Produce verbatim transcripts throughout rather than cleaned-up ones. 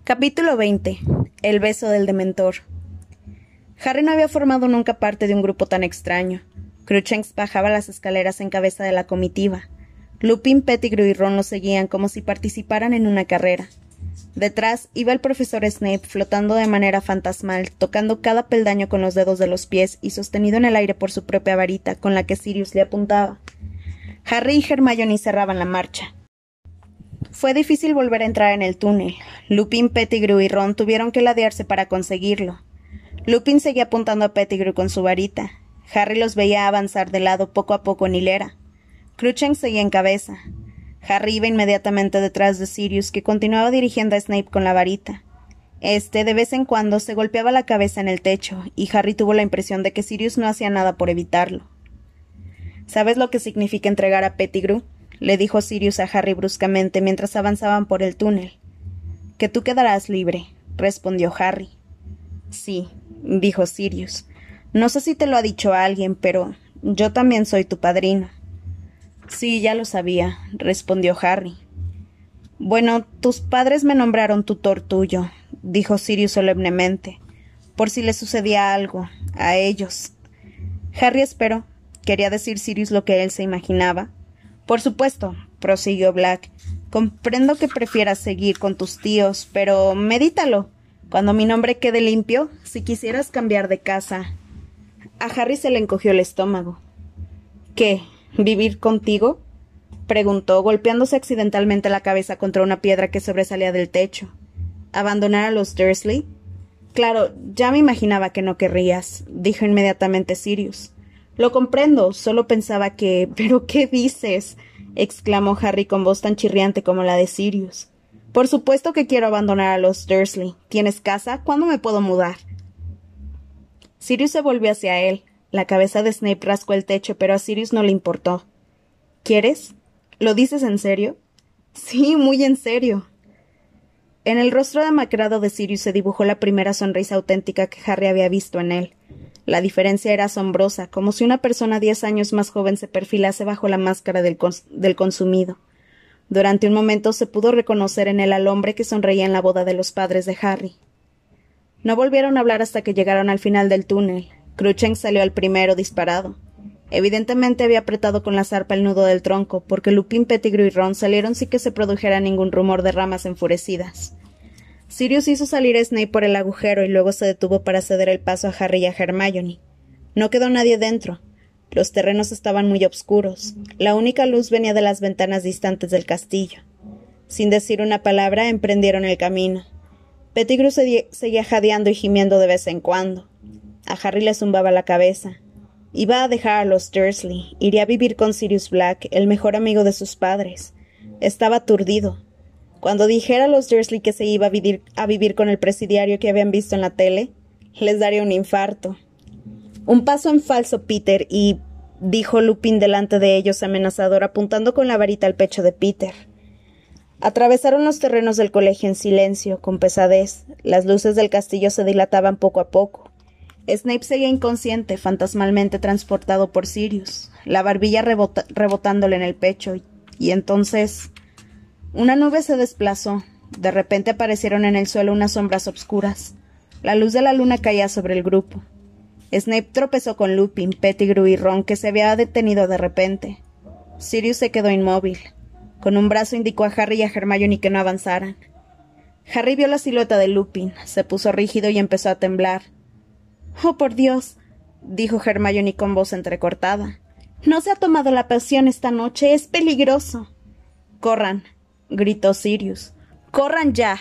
Capítulo veinte. El beso del dementor. Harry no había formado nunca parte de un grupo tan extraño. Cruikshanks bajaba las escaleras en cabeza de la comitiva. Lupin, Pettigrew y Ron lo seguían como si participaran en una carrera. Detrás iba el profesor Snape flotando de manera fantasmal, tocando cada peldaño con los dedos de los pies y sostenido en el aire por su propia varita, con la que Sirius le apuntaba. Harry y Hermione cerraban la marcha. Fue difícil volver a entrar en el túnel. Lupin, Pettigrew y Ron tuvieron que ladearse para conseguirlo. Lupin seguía apuntando a Pettigrew con su varita. Harry los veía avanzar de lado poco a poco en hilera. Cruikshanks seguía en cabeza. Harry iba inmediatamente detrás de Sirius, que continuaba dirigiendo a Snape con la varita. Este, de vez en cuando, se golpeaba la cabeza en el techo, y Harry tuvo la impresión de que Sirius no hacía nada por evitarlo. ¿Sabes lo que significa entregar a Pettigrew?, le dijo Sirius a Harry bruscamente mientras avanzaban por el túnel. Que tú quedarás libre, respondió Harry. Sí, dijo Sirius. No sé si te lo ha dicho alguien, pero yo también soy tu padrino. Sí, ya lo sabía, respondió Harry. Bueno, tus padres me nombraron tutor tuyo, dijo Sirius solemnemente, por si les sucedía algo, a ellos. Harry esperó. ¿Quería decir Sirius lo que él se imaginaba? Por supuesto, prosiguió Black. Comprendo que prefieras seguir con tus tíos, pero medítalo. Cuando mi nombre quede limpio, si quisieras cambiar de casa. A Harry se le encogió el estómago. ¿Qué? ¿Vivir contigo?, preguntó, golpeándose accidentalmente la cabeza contra una piedra que sobresalía del techo. ¿Abandonar a los Dursley? Claro, ya me imaginaba que no querrías, dijo inmediatamente Sirius. Lo comprendo, solo pensaba que... ¿Pero qué dices?, exclamó Harry con voz tan chirriante como la de Sirius. Por supuesto que quiero abandonar a los Dursley. ¿Tienes casa? ¿Cuándo me puedo mudar? Sirius se volvió hacia él. La cabeza de Snape rascó el techo, pero a Sirius no le importó. ¿Quieres? ¿Lo dices en serio? Sí, muy en serio. En el rostro demacrado de Sirius se dibujó la primera sonrisa auténtica que Harry había visto en él. La diferencia era asombrosa, como si una persona diez años más joven se perfilase bajo la máscara del, cons del consumido. Durante un momento se pudo reconocer en él al hombre que sonreía en la boda de los padres de Harry. No volvieron a hablar hasta que llegaron al final del túnel. Cruikshanks salió al primero disparado. Evidentemente había apretado con la zarpa el nudo del tronco, porque Lupin, Pettigrew y Ron salieron sin que se produjera ningún rumor de ramas enfurecidas. Sirius hizo salir a Snape por el agujero y luego se detuvo para ceder el paso a Harry y a Hermione. No quedó nadie dentro. Los terrenos estaban muy oscuros. La única luz venía de las ventanas distantes del castillo. Sin decir una palabra, emprendieron el camino. Pettigrew seguía jadeando y gimiendo de vez en cuando. A Harry le zumbaba la cabeza. Iba a dejar a los Dursley. Iría a vivir con Sirius Black, el mejor amigo de sus padres. Estaba aturdido. Cuando dijera a los Dursley que se iba a vivir, a vivir con el presidiario que habían visto en la tele, les daría un infarto. Un paso en falso, Peter, y... dijo Lupin delante de ellos amenazador, apuntando con la varita al pecho de Peter. Atravesaron los terrenos del colegio en silencio, con pesadez. Las luces del castillo se dilataban poco a poco. Snape seguía inconsciente, fantasmalmente transportado por Sirius, la barbilla rebota rebotándole en el pecho, y, y entonces... Una nube se desplazó. De repente aparecieron en el suelo unas sombras obscuras. La luz de la luna caía sobre el grupo. Snape tropezó con Lupin, Pettigrew y Ron, que se había detenido de repente. Sirius se quedó inmóvil. Con un brazo indicó a Harry y a Hermione que no avanzaran. Harry vio la silueta de Lupin, se puso rígido y empezó a temblar. «Oh, por Dios», dijo Hermione con voz entrecortada. «No se ha tomado la poción esta noche, es peligroso». «Corran», gritó Sirius. «¡Corran ya!».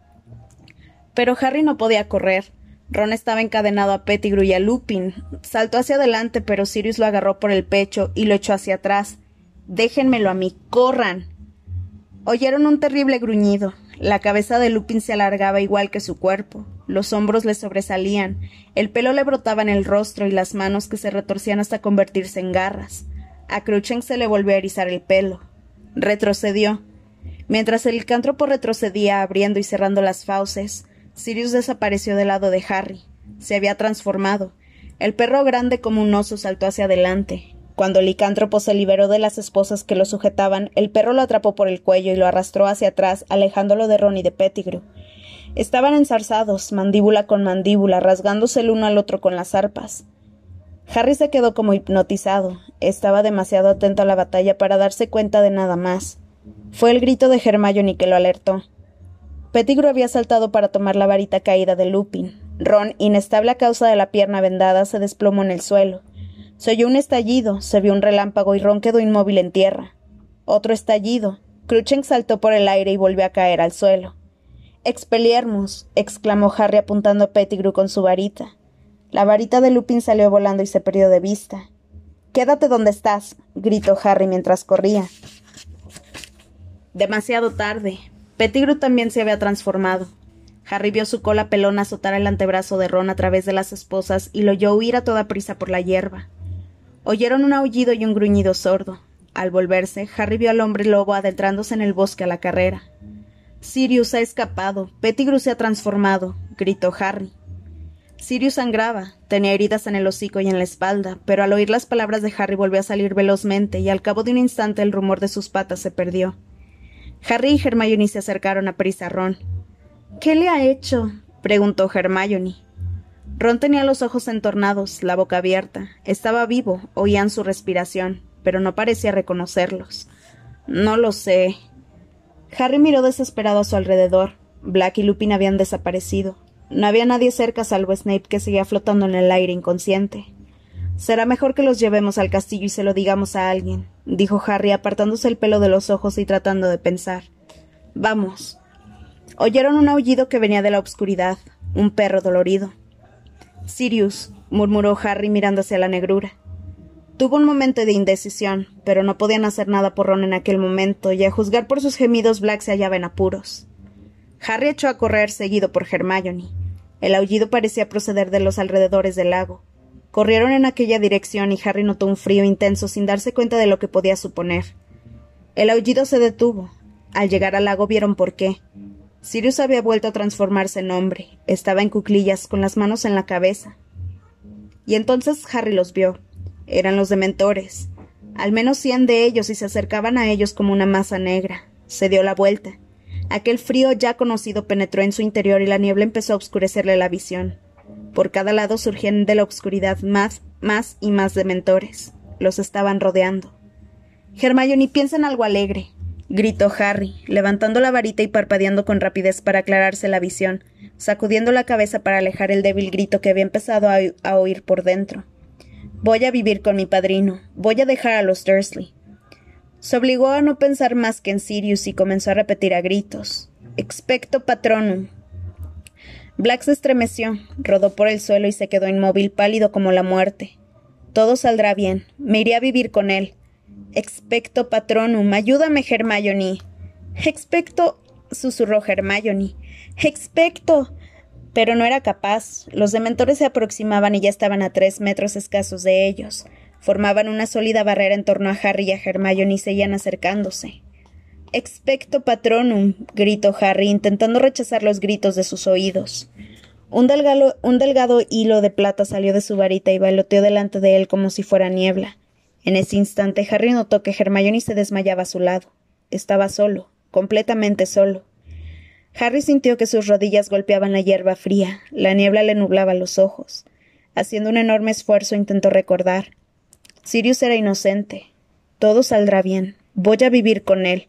Pero Harry no podía correr. Ron estaba encadenado a Pettigrew y a Lupin. Saltó hacia adelante, pero Sirius lo agarró por el pecho y lo echó hacia atrás. «Déjenmelo a mí, corran». Oyeron un terrible gruñido. La cabeza de Lupin se alargaba igual que su cuerpo. Los hombros le sobresalían. El pelo le brotaba en el rostro y las manos que se retorcían hasta convertirse en garras. A Cruikshanks se le volvió a erizar el pelo. Retrocedió. Mientras el licántropo retrocedía abriendo y cerrando las fauces, Sirius desapareció del lado de Harry. Se había transformado. El perro grande como un oso saltó hacia adelante. Cuando el licántropo se liberó de las esposas que lo sujetaban, el perro lo atrapó por el cuello y lo arrastró hacia atrás, alejándolo de Ron y de Pettigrew. Estaban enzarzados, mandíbula con mandíbula, rasgándose el uno al otro con las arpas. Harry se quedó como hipnotizado. Estaba demasiado atento a la batalla para darse cuenta de nada más. Fue el grito de Hermione que lo alertó. Pettigrew había saltado para tomar la varita caída de Lupin. Ron, inestable a causa de la pierna vendada, se desplomó en el suelo. Se oyó un estallido, se vio un relámpago y Ron quedó inmóvil en tierra. Otro estallido. Cruikshank saltó por el aire y volvió a caer al suelo. —¡Expelliarmus! —exclamó Harry apuntando a Pettigrew con su varita. La varita de Lupin salió volando y se perdió de vista. —¡Quédate donde estás! —gritó Harry mientras corría. Demasiado tarde. Pettigrew también se había transformado. Harry vio su cola pelona azotar el antebrazo de Ron a través de las esposas y lo oyó huir a toda prisa por la hierba. Oyeron un aullido y un gruñido sordo. Al volverse, Harry vio al hombre lobo adentrándose en el bosque a la carrera. —Sirius ha escapado. Pettigrew se ha transformado —gritó Harry. Sirius sangraba, tenía heridas en el hocico y en la espalda, pero al oír las palabras de Harry volvió a salir velozmente y al cabo de un instante el rumor de sus patas se perdió. Harry y Hermione se acercaron a prisa a Ron. —¿Qué le ha hecho? —preguntó Hermione. Ron tenía los ojos entornados, la boca abierta. Estaba vivo, oían su respiración, pero no parecía reconocerlos. —No lo sé. Harry miró desesperado a su alrededor. Black y Lupin habían desaparecido. No había nadie cerca salvo Snape, que seguía flotando en el aire inconsciente. —Será mejor que los llevemos al castillo y se lo digamos a alguien —dijo Harry, apartándose el pelo de los ojos y tratando de pensar. —Vamos. Oyeron un aullido que venía de la obscuridad. Un perro dolorido. —Sirius —murmuró Harry mirando hacia la negrura. Tuvo un momento de indecisión, pero no podían hacer nada por Ron en aquel momento, y a juzgar por sus gemidos Black se hallaba en apuros. Harry echó a correr, seguido por Hermione. El aullido parecía proceder de los alrededores del lago. Corrieron en aquella dirección y Harry notó un frío intenso sin darse cuenta de lo que podía suponer. El aullido se detuvo. Al llegar al lago vieron por qué. Sirius había vuelto a transformarse en hombre. Estaba en cuclillas, con las manos en la cabeza. Y entonces Harry los vio. Eran los dementores. Al menos cien de ellos y se acercaban a ellos como una masa negra. Se dio la vuelta. Aquel frío ya conocido penetró en su interior y la niebla empezó a oscurecerle la visión. Por cada lado surgían de la oscuridad más, más y más dementores. Los estaban rodeando. —Hermione, piensa en algo alegre —gritó Harry, levantando la varita y parpadeando con rapidez para aclararse la visión, sacudiendo la cabeza para alejar el débil grito que había empezado a, a oír por dentro. —Voy a vivir con mi padrino. Voy a dejar a los Dursley. Se obligó a no pensar más que en Sirius y comenzó a repetir a gritos: —Expecto Patronum. Black se estremeció, rodó por el suelo y se quedó inmóvil, pálido como la muerte. —Todo saldrá bien. Me iré a vivir con él. —Expecto Patronum. Ayúdame, Hermione. —Expecto —susurró Hermione—. —Expecto. Pero no era capaz. Los dementores se aproximaban y ya estaban a tres metros escasos de ellos. Formaban una sólida barrera en torno a Harry y a Hermione y seguían acercándose. —Expecto Patronum —gritó Harry, intentando rechazar los gritos de sus oídos. Un delgado, un delgado hilo de plata salió de su varita y bailoteó delante de él como si fuera niebla. En ese instante Harry notó que Hermione se desmayaba a su lado. Estaba solo, completamente solo. Harry sintió que sus rodillas golpeaban la hierba fría, la niebla le nublaba los ojos. Haciendo un enorme esfuerzo intentó recordar. Sirius era inocente. Todo saldrá bien. Voy a vivir con él.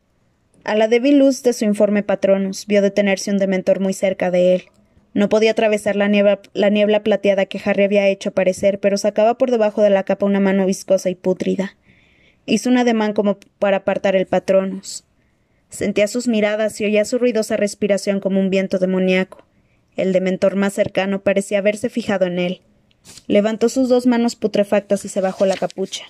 A la débil luz de su informe Patronus vio detenerse un dementor muy cerca de él. No podía atravesar la niebla, la niebla plateada que Harry había hecho aparecer, pero sacaba por debajo de la capa una mano viscosa y pútrida. Hizo un ademán como para apartar el Patronus. Sentía sus miradas y oía su ruidosa respiración como un viento demoníaco. El dementor más cercano parecía haberse fijado en él. Levantó sus dos manos putrefactas y se bajó la capucha.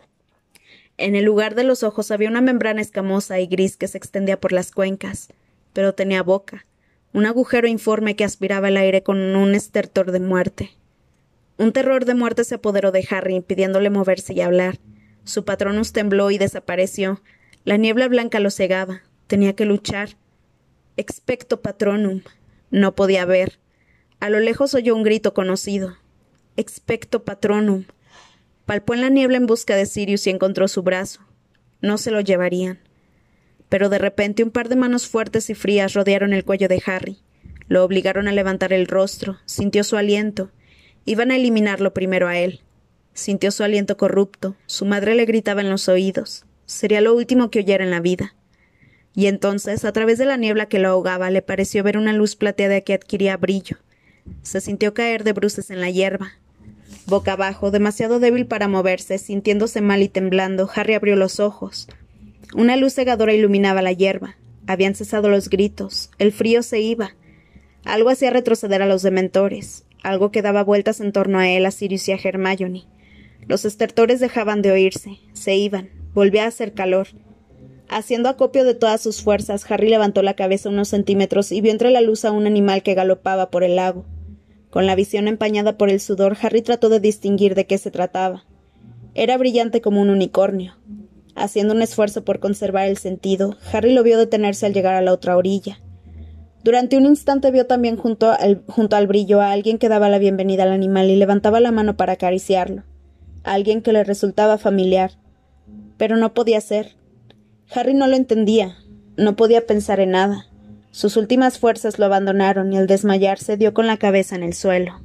En el lugar de los ojos había una membrana escamosa y gris que se extendía por las cuencas, pero tenía boca, un agujero informe que aspiraba el aire con un estertor de muerte. Un terror de muerte se apoderó de Harry, impidiéndole moverse y hablar. Su Patronus tembló y desapareció. La niebla blanca lo cegaba. Tenía que luchar. Expecto Patronum. No podía ver. A lo lejos oyó un grito conocido. Expecto Patronum. Palpó en la niebla en busca de Sirius y encontró su brazo. No se lo llevarían. Pero de repente un par de manos fuertes y frías rodearon el cuello de Harry. Lo obligaron a levantar el rostro, sintió su aliento. Iban a eliminarlo primero a él. Sintió su aliento corrupto, su madre le gritaba en los oídos. Sería lo último que oyera en la vida. Y entonces, a través de la niebla que lo ahogaba, le pareció ver una luz plateada que adquiría brillo. Se sintió caer de bruces en la hierba. Boca abajo, demasiado débil para moverse, sintiéndose mal y temblando, Harry abrió los ojos. Una luz cegadora iluminaba la hierba. Habían cesado los gritos. El frío se iba. Algo hacía retroceder a los dementores. Algo que daba vueltas en torno a él, a Sirius y a Hermione. Los estertores dejaban de oírse. Se iban. Volvía a hacer calor. Haciendo acopio de todas sus fuerzas, Harry levantó la cabeza unos centímetros y vio entre la luz a un animal que galopaba por el lago. Con la visión empañada por el sudor, Harry trató de distinguir de qué se trataba. Era brillante como un unicornio. Haciendo un esfuerzo por conservar el sentido, Harry lo vio detenerse al llegar a la otra orilla. Durante un instante vio también junto al, junto al brillo a alguien que daba la bienvenida al animal y levantaba la mano para acariciarlo. A alguien que le resultaba familiar. Pero no podía ser. Harry no lo entendía. No podía pensar en nada. Sus últimas fuerzas lo abandonaron y al desmayarse dio con la cabeza en el suelo.